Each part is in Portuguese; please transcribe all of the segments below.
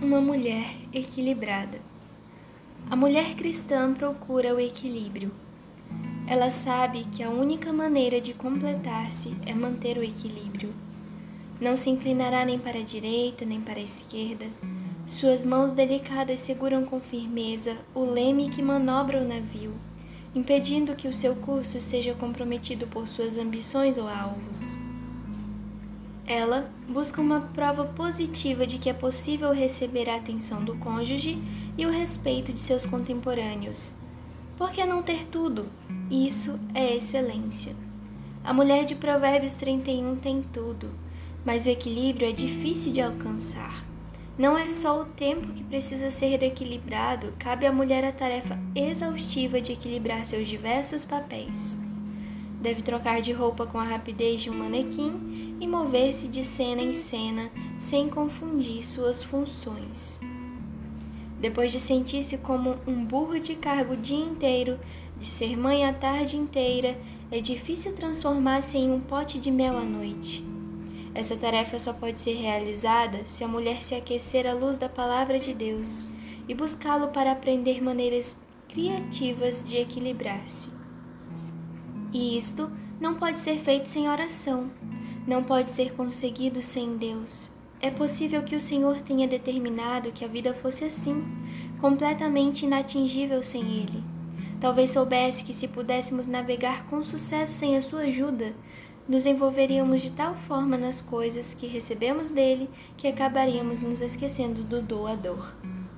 Uma mulher equilibrada. A mulher cristã procura o equilíbrio. Ela sabe que a única maneira de completar-se é manter o equilíbrio. Não se inclinará nem para a direita nem para a esquerda. Suas mãos delicadas seguram com firmeza o leme que manobra o navio, impedindo que o seu curso seja comprometido por suas ambições ou alvos. Ela busca uma prova positiva de que é possível receber a atenção do cônjuge e o respeito de seus contemporâneos. Por que não ter tudo? Isso é excelência. A mulher de Provérbios 31 tem tudo, mas o equilíbrio é difícil de alcançar. Não é só o tempo que precisa ser equilibrado, cabe à mulher a tarefa exaustiva de equilibrar seus diversos papéis. Deve trocar de roupa com a rapidez de um manequim e mover-se de cena em cena sem confundir suas funções. Depois de sentir-se como um burro de carga o dia inteiro, de ser mãe a tarde inteira, é difícil transformar-se em um pote de mel à noite. Essa tarefa só pode ser realizada se a mulher se aquecer à luz da palavra de Deus e buscá-lo para aprender maneiras criativas de equilibrar-se. E isto não pode ser feito sem oração, não pode ser conseguido sem Deus. É possível que o Senhor tenha determinado que a vida fosse assim, completamente inatingível sem Ele. Talvez soubesse que se pudéssemos navegar com sucesso sem a sua ajuda, nos envolveríamos de tal forma nas coisas que recebemos dele que acabaríamos nos esquecendo do doador.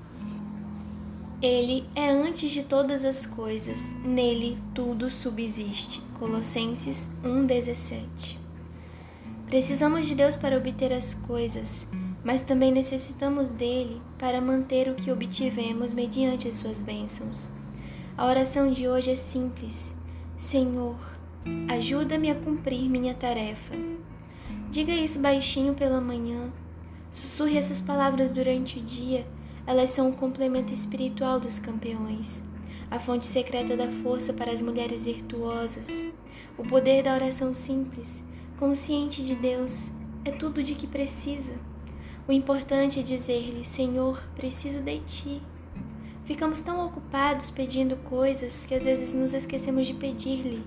Ele é antes de todas as coisas, nele tudo subsiste. Colossenses 1,17. Precisamos de Deus para obter as coisas, mas também necessitamos dele para manter o que obtivemos mediante as suas bênçãos. A oração de hoje é simples: Senhor, ajuda-me a cumprir minha tarefa. Diga isso baixinho pela manhã. Sussurre essas palavras durante o dia. Elas são o complemento espiritual dos campeões, a fonte secreta da força para as mulheres virtuosas. O poder da oração simples, consciente de Deus, é tudo de que precisa. O importante é dizer-lhe: Senhor, preciso de Ti. Ficamos tão ocupados pedindo coisas que às vezes nos esquecemos de pedir-lhe.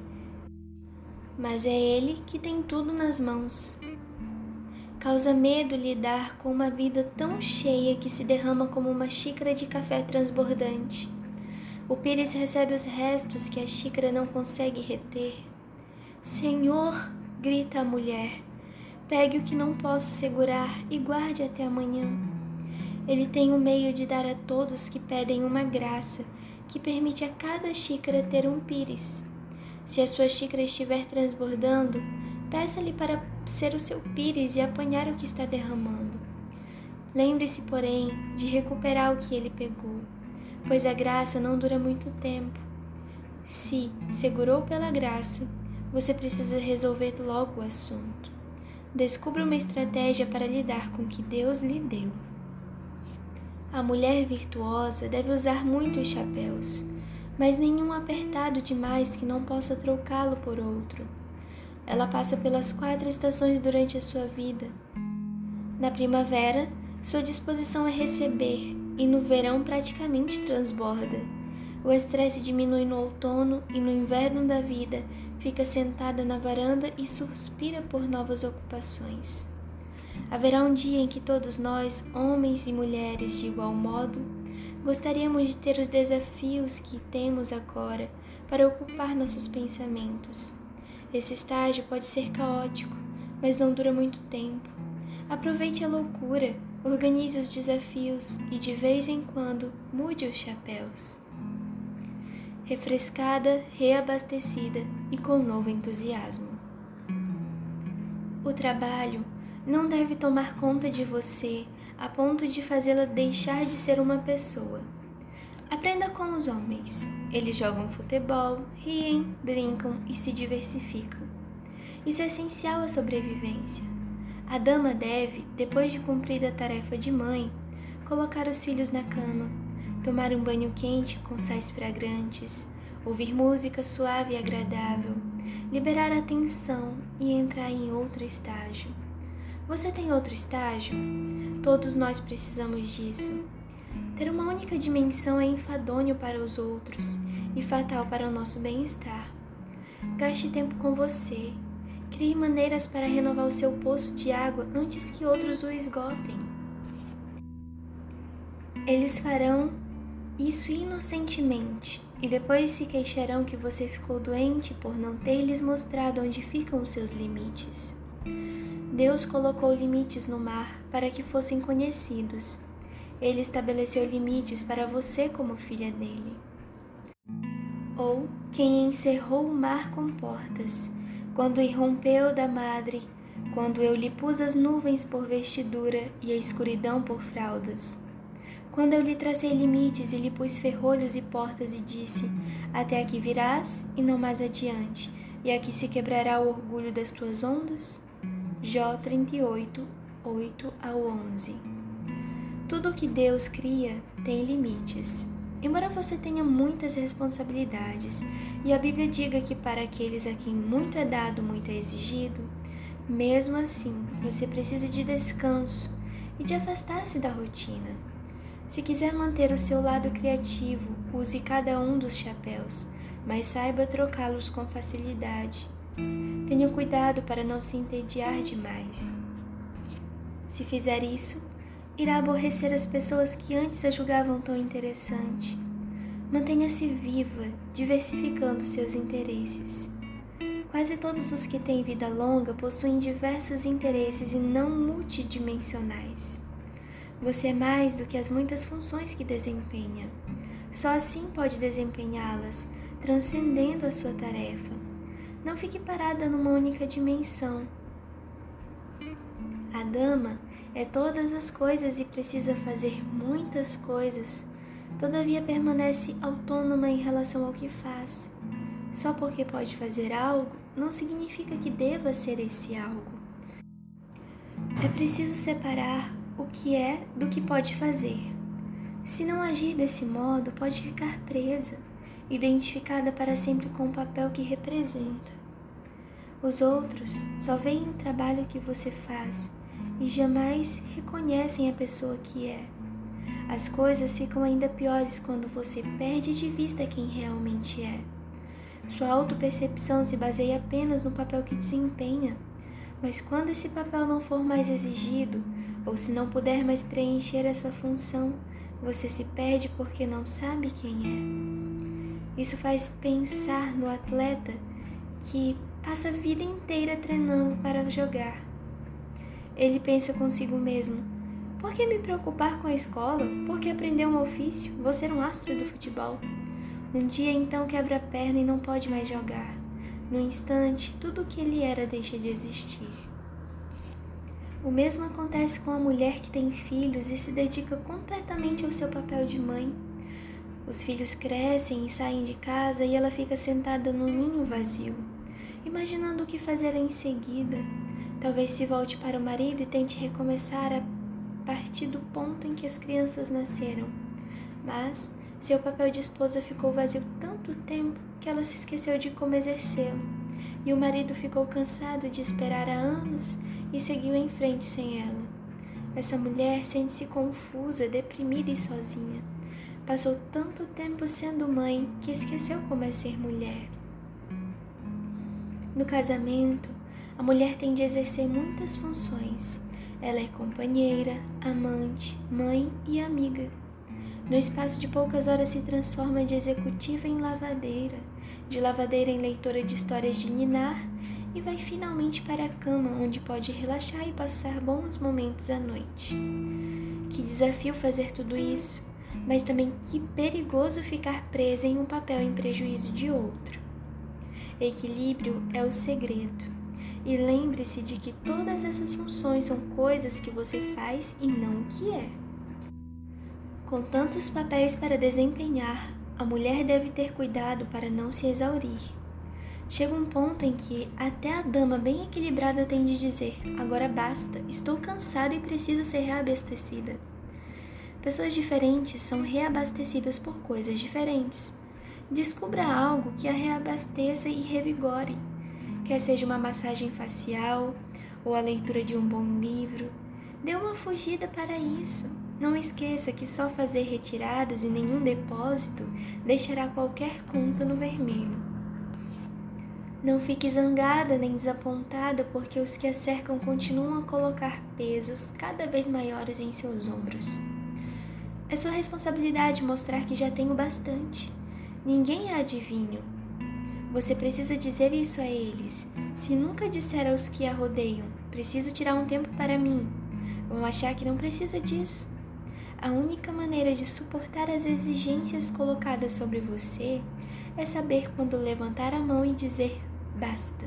Mas é Ele que tem tudo nas mãos. Causa medo lidar com uma vida tão cheia que se derrama como uma xícara de café transbordante. O pires recebe os restos que a xícara não consegue reter. Senhor, grita a mulher, pegue o que não posso segurar e guarde até amanhã. Ele tem um meio de dar a todos que pedem uma graça que permite a cada xícara ter um pires. Se a sua xícara estiver transbordando, peça-lhe para ser o seu pires e apanhar o que está derramando. Lembre-se, porém, de recuperar o que ele pegou, pois a graça não dura muito tempo. Se segurou pela graça, você precisa resolver logo o assunto. Descubra uma estratégia para lidar com o que Deus lhe deu. A mulher virtuosa deve usar muitos chapéus, mas nenhum apertado demais que não possa trocá-lo por outro. Ela passa pelas 4 estações durante a sua vida. Na primavera, sua disposição é receber, e no verão praticamente transborda. O estresse diminui no outono e no inverno da vida fica sentada na varanda e suspira por novas ocupações. Haverá um dia em que todos nós, homens e mulheres de igual modo, gostaríamos de ter os desafios que temos agora para ocupar nossos pensamentos. Esse estágio pode ser caótico, mas não dura muito tempo. Aproveite a loucura, organize os desafios e, de vez em quando, mude os chapéus. Refrescada, reabastecida e com novo entusiasmo. O trabalho não deve tomar conta de você a ponto de fazê-la deixar de ser uma pessoa. Aprenda com os homens. Eles jogam futebol, riem, brincam e se diversificam. Isso é essencial à sobrevivência. A dama deve, depois de cumprida a tarefa de mãe, colocar os filhos na cama, tomar um banho quente com sais fragrantes, ouvir música suave e agradável, liberar a tensão e entrar em outro estágio. Você tem outro estágio? Todos nós precisamos disso. Ter uma única dimensão é enfadonho para os outros e fatal para o nosso bem-estar. Gaste tempo com você. Crie maneiras para renovar o seu poço de água antes que outros o esgotem. Eles farão isso inocentemente e depois se queixarão que você ficou doente por não ter lhes mostrado onde ficam os seus limites. Deus colocou limites no mar para que fossem conhecidos. Ele estabeleceu limites para você como filha dele. Ou quem encerrou o mar com portas, quando irrompeu da madre, quando eu lhe pus as nuvens por vestidura e a escuridão por fraldas. Quando eu lhe tracei limites e lhe pus ferrolhos e portas e disse, até aqui virás e não mais adiante, e aqui se quebrará o orgulho das tuas ondas? Jó 38, 8 ao 11. Tudo o que Deus cria tem limites. Embora você tenha muitas responsabilidades e a Bíblia diga que para aqueles a quem muito é dado, muito é exigido, mesmo assim você precisa de descanso e de afastar-se da rotina. Se quiser manter o seu lado criativo, use cada um dos chapéus, mas saiba trocá-los com facilidade. Tenha cuidado para não se entediar demais. Se fizer isso, irá aborrecer as pessoas que antes a julgavam tão interessante. Mantenha-se viva, diversificando seus interesses. Quase todos os que têm vida longa possuem diversos interesses e não multidimensionais. Você é mais do que as muitas funções que desempenha. Só assim pode desempenhá-las, transcendendo a sua tarefa. Não fique parada numa única dimensão. A dama é todas as coisas e precisa fazer muitas coisas, todavia permanece autônoma em relação ao que faz. Só porque pode fazer algo, não significa que deva ser esse algo. É preciso separar o que é do que pode fazer. Se não agir desse modo, pode ficar presa, identificada para sempre com o papel que representa. Os outros só veem o trabalho que você faz e jamais reconhecem a pessoa que é. As coisas ficam ainda piores quando você perde de vista quem realmente é. Sua autopercepção se baseia apenas no papel que desempenha, mas quando esse papel não for mais exigido, ou se não puder mais preencher essa função, você se perde porque não sabe quem é. Isso faz pensar no atleta que passa a vida inteira treinando para jogar. Ele pensa consigo mesmo, por que me preocupar com a escola? Por que aprender um ofício? Vou ser um astro do futebol. Um dia então quebra a perna e não pode mais jogar. No instante, tudo o que ele era deixa de existir. O mesmo acontece com a mulher que tem filhos e se dedica completamente ao seu papel de mãe. Os filhos crescem e saem de casa e ela fica sentada no ninho vazio, imaginando o que fazer em seguida. Talvez se volte para o marido e tente recomeçar a partir do ponto em que as crianças nasceram. Mas seu papel de esposa ficou vazio tanto tempo que ela se esqueceu de como exercê-lo. E o marido ficou cansado de esperar há anos e seguiu em frente sem ela. Essa mulher sente-se confusa, deprimida e sozinha. Passou tanto tempo sendo mãe que esqueceu como é ser mulher. No casamento, a mulher tem de exercer muitas funções. Ela é companheira, amante, mãe e amiga. No espaço de poucas horas se transforma de executiva em lavadeira, de lavadeira em leitora de histórias de ninar e vai finalmente para a cama, onde pode relaxar e passar bons momentos à noite. Que desafio fazer tudo isso, mas também que perigoso ficar presa em um papel em prejuízo de outro. Equilíbrio é o segredo. E lembre-se de que todas essas funções são coisas que você faz e não o que é. Com tantos papéis para desempenhar, a mulher deve ter cuidado para não se exaurir. Chega um ponto em que até a dama bem equilibrada tem de dizer: agora basta, estou cansada e preciso ser reabastecida. Pessoas diferentes são reabastecidas por coisas diferentes. Descubra algo que a reabasteça e revigore. Quer seja uma massagem facial, ou a leitura de um bom livro. Dê uma fugida para isso. Não esqueça que só fazer retiradas e nenhum depósito deixará qualquer conta no vermelho. Não fique zangada nem desapontada porque os que a cercam continuam a colocar pesos cada vez maiores em seus ombros. É sua responsabilidade mostrar que já tem o bastante. Ninguém é adivinho. Você precisa dizer isso a eles. Se nunca disser aos que a rodeiam, preciso tirar um tempo para mim, vão achar que não precisa disso. A única maneira de suportar as exigências colocadas sobre você é saber quando levantar a mão e dizer basta.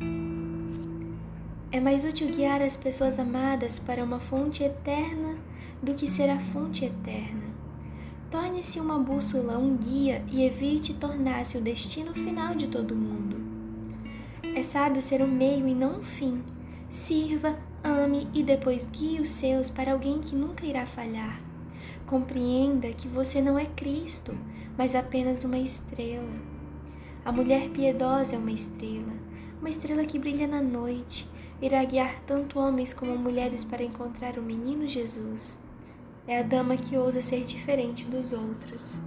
É mais útil guiar as pessoas amadas para uma fonte eterna do que ser a fonte eterna. Torne-se uma bússola, um guia e evite tornar-se o destino final de todo mundo. É sábio ser o meio e não o fim. Sirva, ame e depois guie os seus para alguém que nunca irá falhar. Compreenda que você não é Cristo, mas apenas uma estrela. A mulher piedosa é uma estrela que brilha na noite, irá guiar tanto homens como mulheres para encontrar o menino Jesus. É a dama que ousa ser diferente dos outros.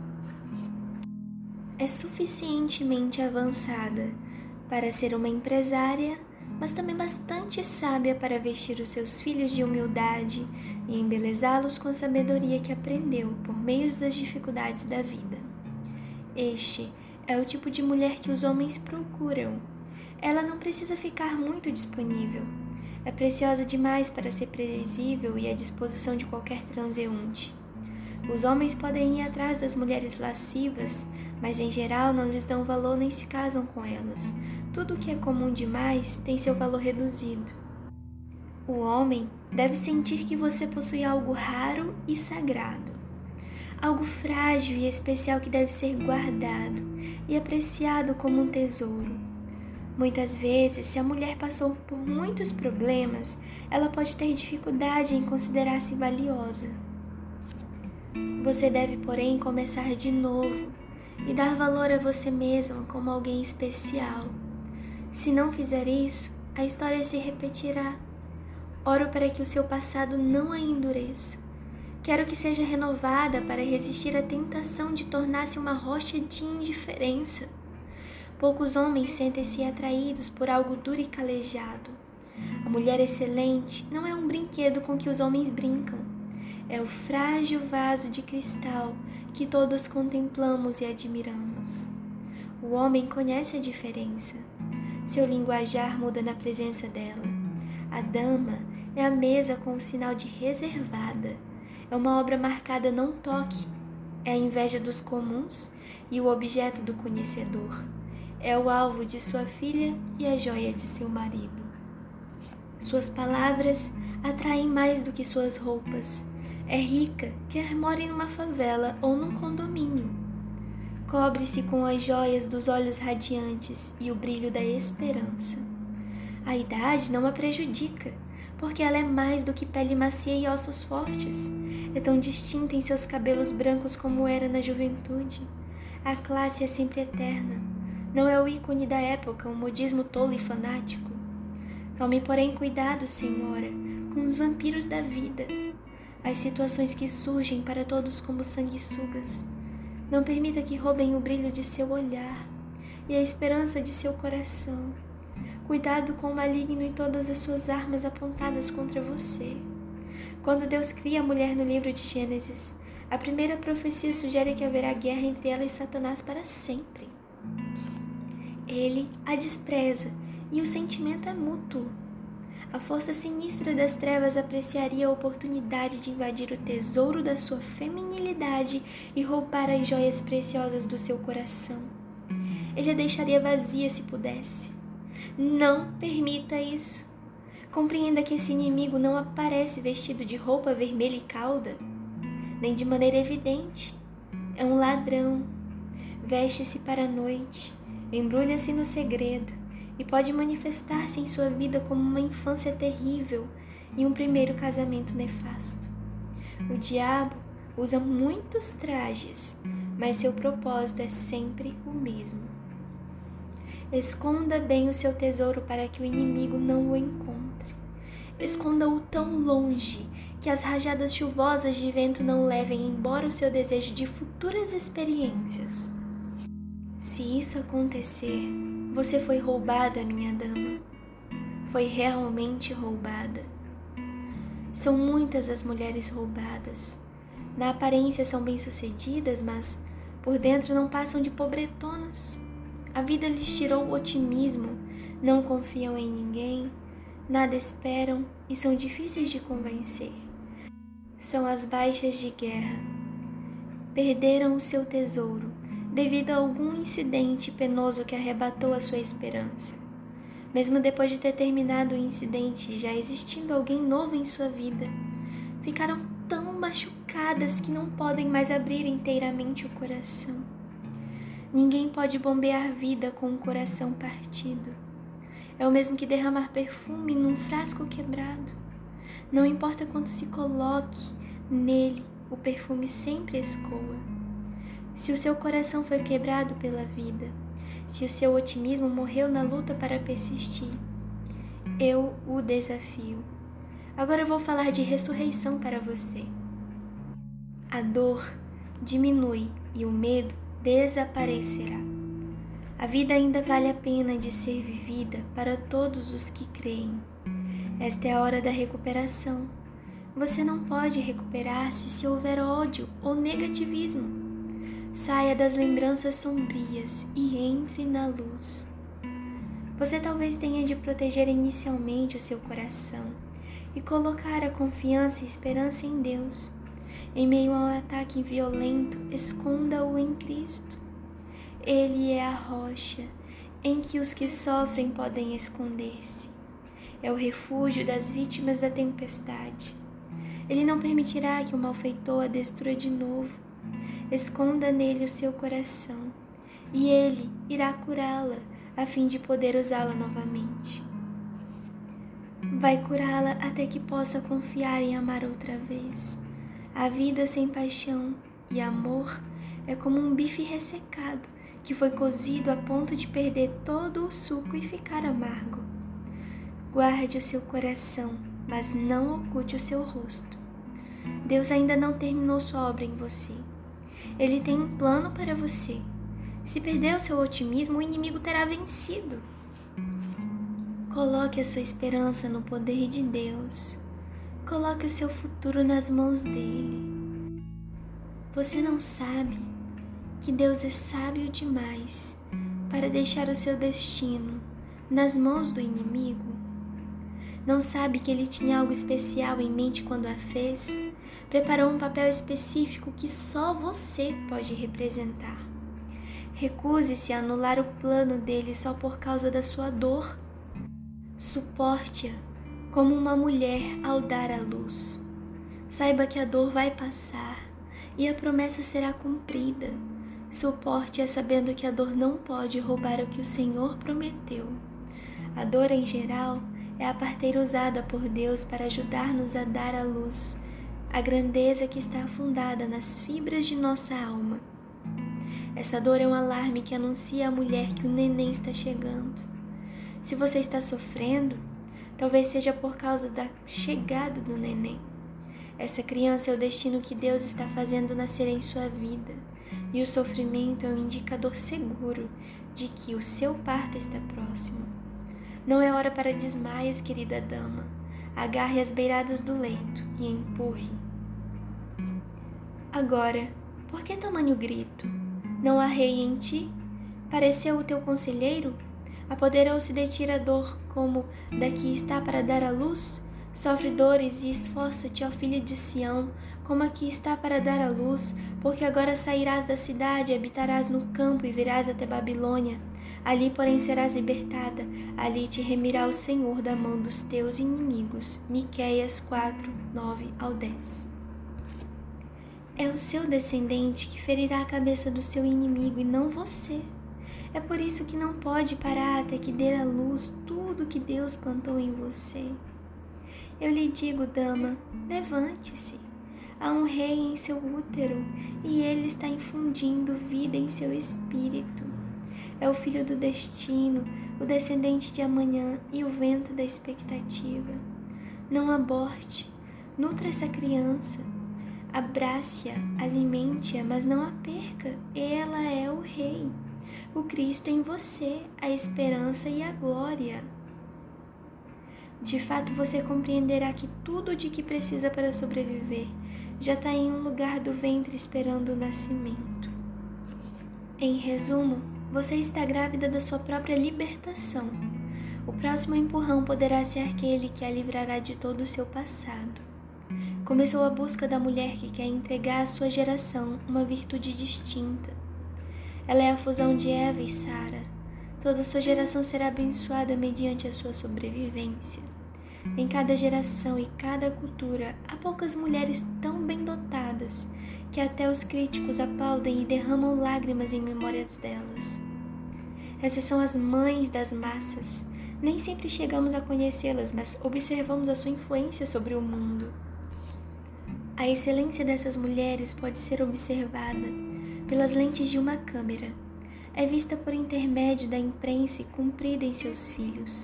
É suficientemente avançada para ser uma empresária, mas também bastante sábia para vestir os seus filhos de humildade e embelezá-los com a sabedoria que aprendeu por meio das dificuldades da vida. Este é o tipo de mulher que os homens procuram. Ela não precisa ficar muito disponível. É preciosa demais para ser previsível e à disposição de qualquer transeunte. Os homens podem ir atrás das mulheres lascivas, mas em geral não lhes dão valor nem se casam com elas. Tudo o que é comum demais tem seu valor reduzido. O homem deve sentir que você possui algo raro e sagrado, algo frágil e especial que deve ser guardado e apreciado como um tesouro. Muitas vezes, se a mulher passou por muitos problemas, ela pode ter dificuldade em considerar-se valiosa. Você deve, porém, começar de novo e dar valor a você mesma como alguém especial. Se não fizer isso, a história se repetirá. Oro para que o seu passado não a endureça. Quero que seja renovada para resistir à tentação de tornar-se uma rocha de indiferença. Poucos homens sentem-se atraídos por algo duro e calejado. A mulher excelente não é um brinquedo com que os homens brincam. É o frágil vaso de cristal que todos contemplamos e admiramos. O homem conhece a diferença. Seu linguajar muda na presença dela. A dama é a mesa com o sinal de reservada. É uma obra marcada não toque. É a inveja dos comuns e o objeto do conhecedor. É o alvo de sua filha e a joia de seu marido. Suas palavras atraem mais do que suas roupas. É rica, quer more numa favela ou num condomínio. Cobre-se com as joias dos olhos radiantes e o brilho da esperança. A idade não a prejudica, porque ela é mais do que pele macia e ossos fortes. É tão distinta em seus cabelos brancos como era na juventude. A classe é sempre eterna. Não é o ícone da época, um modismo tolo e fanático. Tome, porém, cuidado, Senhora, com os vampiros da vida, as situações que surgem para todos como sanguessugas. Não permita que roubem o brilho de seu olhar e a esperança de seu coração. Cuidado com o maligno e todas as suas armas apontadas contra você. Quando Deus cria a mulher no livro de Gênesis, a primeira profecia sugere que haverá guerra entre ela e Satanás para sempre. Ele a despreza e o sentimento é mútuo. A força sinistra das trevas apreciaria a oportunidade de invadir o tesouro da sua feminilidade e roubar as joias preciosas do seu coração. Ele a deixaria vazia se pudesse. Não permita isso. Compreenda que esse inimigo não aparece vestido de roupa vermelha e cauda, nem de maneira evidente. É um ladrão. Veste-se para a noite, embrulha-se no segredo e pode manifestar-se em sua vida como uma infância terrível e um primeiro casamento nefasto. O diabo usa muitos trajes, mas seu propósito é sempre o mesmo. Esconda bem o seu tesouro para que o inimigo não o encontre. Esconda-o tão longe que as rajadas chuvosas de vento não levem embora o seu desejo de futuras experiências. Se isso acontecer, você foi roubada, minha dama. Foi realmente roubada. São muitas as mulheres roubadas. Na aparência são bem-sucedidas, mas por dentro não passam de pobretonas. A vida lhes tirou o otimismo, não confiam em ninguém, nada esperam e são difíceis de convencer. São as baixas de guerra. Perderam o seu tesouro devido a algum incidente penoso que arrebatou a sua esperança. Mesmo depois de ter terminado o incidente e já existindo alguém novo em sua vida, ficaram tão machucadas que não podem mais abrir inteiramente o coração. Ninguém pode bombear vida com o coração partido. É o mesmo que derramar perfume num frasco quebrado. Não importa quanto se coloque nele, o perfume sempre escoa. Se o seu coração foi quebrado pela vida, se o seu otimismo morreu na luta para persistir, eu o desafio. Agora eu vou falar de ressurreição para você. A dor diminui e o medo desaparecerá. A vida ainda vale a pena de ser vivida para todos os que creem. Esta é a hora da recuperação. Você não pode recuperar-se se houver ódio ou negativismo. Saia das lembranças sombrias e entre na luz. Você talvez tenha de proteger inicialmente o seu coração e colocar a confiança e esperança em Deus. Em meio a um ataque violento, esconda-o em Cristo. Ele é a rocha em que os que sofrem podem esconder-se. É o refúgio das vítimas da tempestade. Ele não permitirá que o malfeitor a destrua de novo. Esconda nele o seu coração, e ele irá curá-la, a fim de poder usá-la novamente. Vai curá-la até que possa confiar em amar outra vez. A vida sem paixão e amor é como um bife ressecado que foi cozido a ponto de perder todo o suco e ficar amargo. Guarde o seu coração, mas não oculte o seu rosto. Deus ainda não terminou sua obra em você. Ele tem um plano para você. Se perder o seu otimismo, o inimigo terá vencido. Coloque a sua esperança no poder de Deus. Coloque o seu futuro nas mãos dele. Você não sabe que Deus é sábio demais para deixar o seu destino nas mãos do inimigo? Não sabe que ele tinha algo especial em mente quando a fez? Preparou um papel específico que só você pode representar. Recuse-se a anular o plano dele só por causa da sua dor. Suporte-a como uma mulher ao dar à luz. Saiba que a dor vai passar e a promessa será cumprida. Suporte-a sabendo que a dor não pode roubar o que o Senhor prometeu. A dor, em geral, é a parteira usada por Deus para ajudar-nos a dar à luz a grandeza que está afundada nas fibras de nossa alma. Essa dor é um alarme que anuncia à mulher que o neném está chegando. Se você está sofrendo, talvez seja por causa da chegada do neném. Essa criança é o destino que Deus está fazendo nascer em sua vida, e o sofrimento é um indicador seguro de que o seu parto está próximo. Não é hora para desmaios, querida dama. Agarre as beiradas do leito e empurre. Agora, por que tamanho grito? Não há rei em ti? Pareceu o teu conselheiro? Apoderou-se de ti a dor como da que está para dar à luz? Sofre dores e esforça-te, ó filha de Sião, como a que está para dar à luz, porque agora sairás da cidade, habitarás no campo e virás até Babilônia. Ali, porém, serás libertada, ali te remirá o Senhor da mão dos teus inimigos. Miqueias 4, 9 ao 10. É o seu descendente que ferirá a cabeça do seu inimigo e não você. É por isso que não pode parar até que dê à luz tudo que Deus plantou em você. Eu lhe digo, dama, levante-se. Há um rei em seu útero e ele está infundindo vida em seu espírito. É o filho do destino, o descendente de amanhã e o vento da expectativa. Não aborte. Nutra essa criança. Abrace-a, alimente-a, mas não a perca. Ela é o Rei. O Cristo em você, a esperança e a glória. De fato, você compreenderá que tudo de que precisa para sobreviver já está em um lugar do ventre esperando o nascimento. Em resumo, você está grávida da sua própria libertação. O próximo empurrão poderá ser aquele que a livrará de todo o seu passado. Começou a busca da mulher que quer entregar à sua geração uma virtude distinta. Ela é a fusão de Eva e Sara. Toda a sua geração será abençoada mediante a sua sobrevivência. Em cada geração e cada cultura, há poucas mulheres tão bem dotadas que até os críticos aplaudem e derramam lágrimas em memórias delas. Essas são as mães das massas. Nem sempre chegamos a conhecê-las, mas observamos a sua influência sobre o mundo. A excelência dessas mulheres pode ser observada pelas lentes de uma câmera. É vista por intermédio da imprensa e cumprida em seus filhos.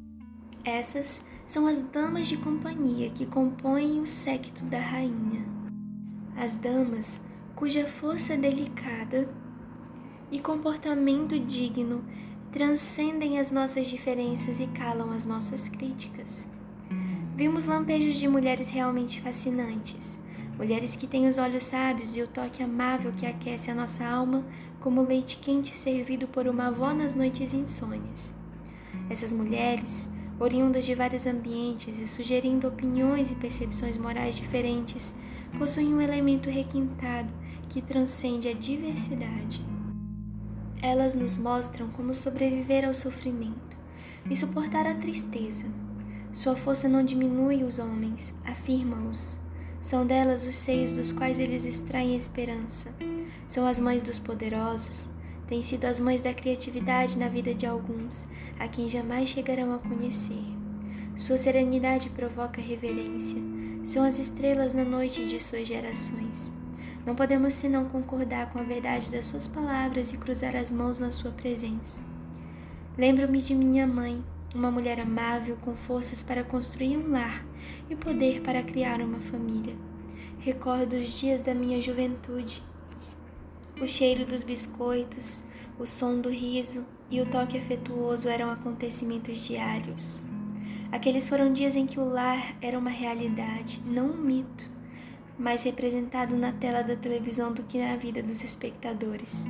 Essas são as damas de companhia que compõem o séquito da rainha. As damas cuja força delicada e comportamento digno transcendem as nossas diferenças e calam as nossas críticas. Vimos lampejos de mulheres realmente fascinantes, mulheres que têm os olhos sábios e o toque amável que aquece a nossa alma como leite quente servido por uma avó nas noites insônias. Essas mulheres, oriundas de vários ambientes e sugerindo opiniões e percepções morais diferentes, possuem um elemento requintado que transcende a diversidade. Elas nos mostram como sobreviver ao sofrimento e suportar a tristeza. Sua força não diminui os homens, afirma-os. São delas os seios dos quais eles extraem a esperança. São as mães dos poderosos. Têm sido as mães da criatividade na vida de alguns, a quem jamais chegarão a conhecer. Sua serenidade provoca reverência. São as estrelas na noite de suas gerações. Não podemos senão concordar com a verdade das suas palavras e cruzar as mãos na sua presença. Lembro-me de minha mãe, uma mulher amável com forças para construir um lar e poder para criar uma família. Recordo os dias da minha juventude. O cheiro dos biscoitos, o som do riso e o toque afetuoso eram acontecimentos diários. Aqueles foram dias em que o lar era uma realidade, não um mito, mais representado na tela da televisão do que na vida dos espectadores.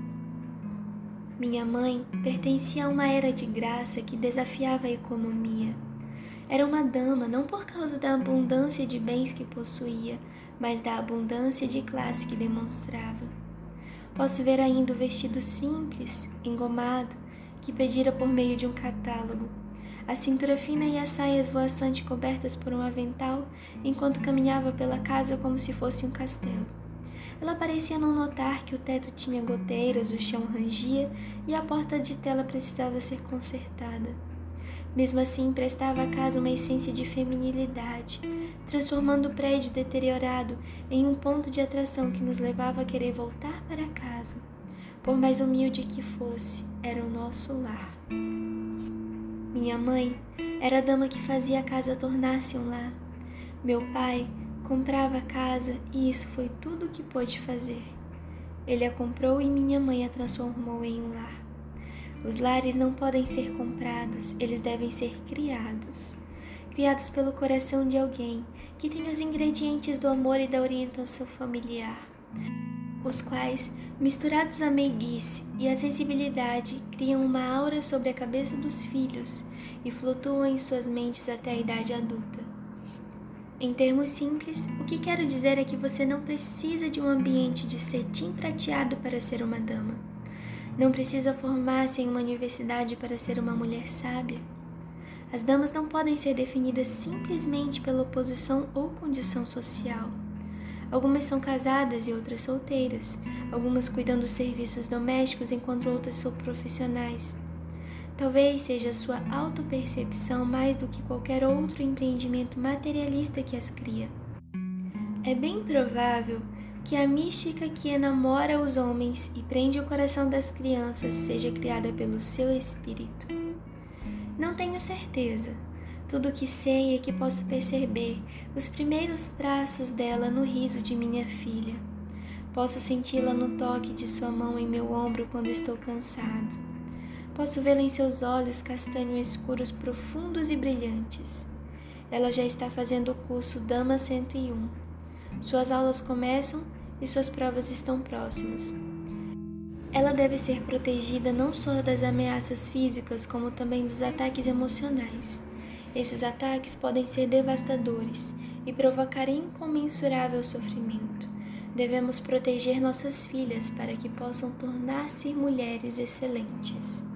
Minha mãe pertencia a uma era de graça que desafiava a economia. Era uma dama não por causa da abundância de bens que possuía, mas da abundância de classe que demonstrava. Posso ver ainda o vestido simples, engomado, que pedira por meio de um catálogo, a cintura fina e as saias voaçante cobertas por um avental, enquanto caminhava pela casa como se fosse um castelo. Ela parecia não notar que o teto tinha goteiras, o chão rangia e a porta de tela precisava ser consertada. Mesmo assim, emprestava à casa uma essência de feminilidade, transformando o prédio deteriorado em um ponto de atração que nos levava a querer voltar para casa. Por mais humilde que fosse, era o nosso lar. Minha mãe era a dama que fazia a casa tornar-se um lar. Meu pai comprava a casa e isso foi tudo o que pôde fazer. Ele a comprou e minha mãe a transformou em um lar. Os lares não podem ser comprados, eles devem ser criados. Criados pelo coração de alguém que tem os ingredientes do amor e da orientação familiar, os quais, misturados à meiguice e à sensibilidade, criam uma aura sobre a cabeça dos filhos e flutuam em suas mentes até a idade adulta. Em termos simples, o que quero dizer é que você não precisa de um ambiente de cetim prateado para ser uma dama. Não precisa formar-se em uma universidade para ser uma mulher sábia. As damas não podem ser definidas simplesmente pela posição ou condição social. Algumas são casadas e outras solteiras. Algumas cuidam dos serviços domésticos enquanto outras são profissionais. Talvez seja a sua autopercepção mais do que qualquer outro empreendimento materialista que as cria. É bem provável que a mística que enamora os homens e prende o coração das crianças seja criada pelo seu espírito. Não tenho certeza. Tudo o que sei é que posso perceber os primeiros traços dela no riso de minha filha. Posso senti-la no toque de sua mão em meu ombro quando estou cansado. Posso vê-la em seus olhos castanho escuros profundos e brilhantes. Ela já está fazendo o curso Dama 101. Suas aulas começam e suas provas estão próximas. Ela deve ser protegida não só das ameaças físicas, como também dos ataques emocionais. Esses ataques podem ser devastadores e provocar incomensurável sofrimento. Devemos proteger nossas filhas para que possam tornar-se mulheres excelentes.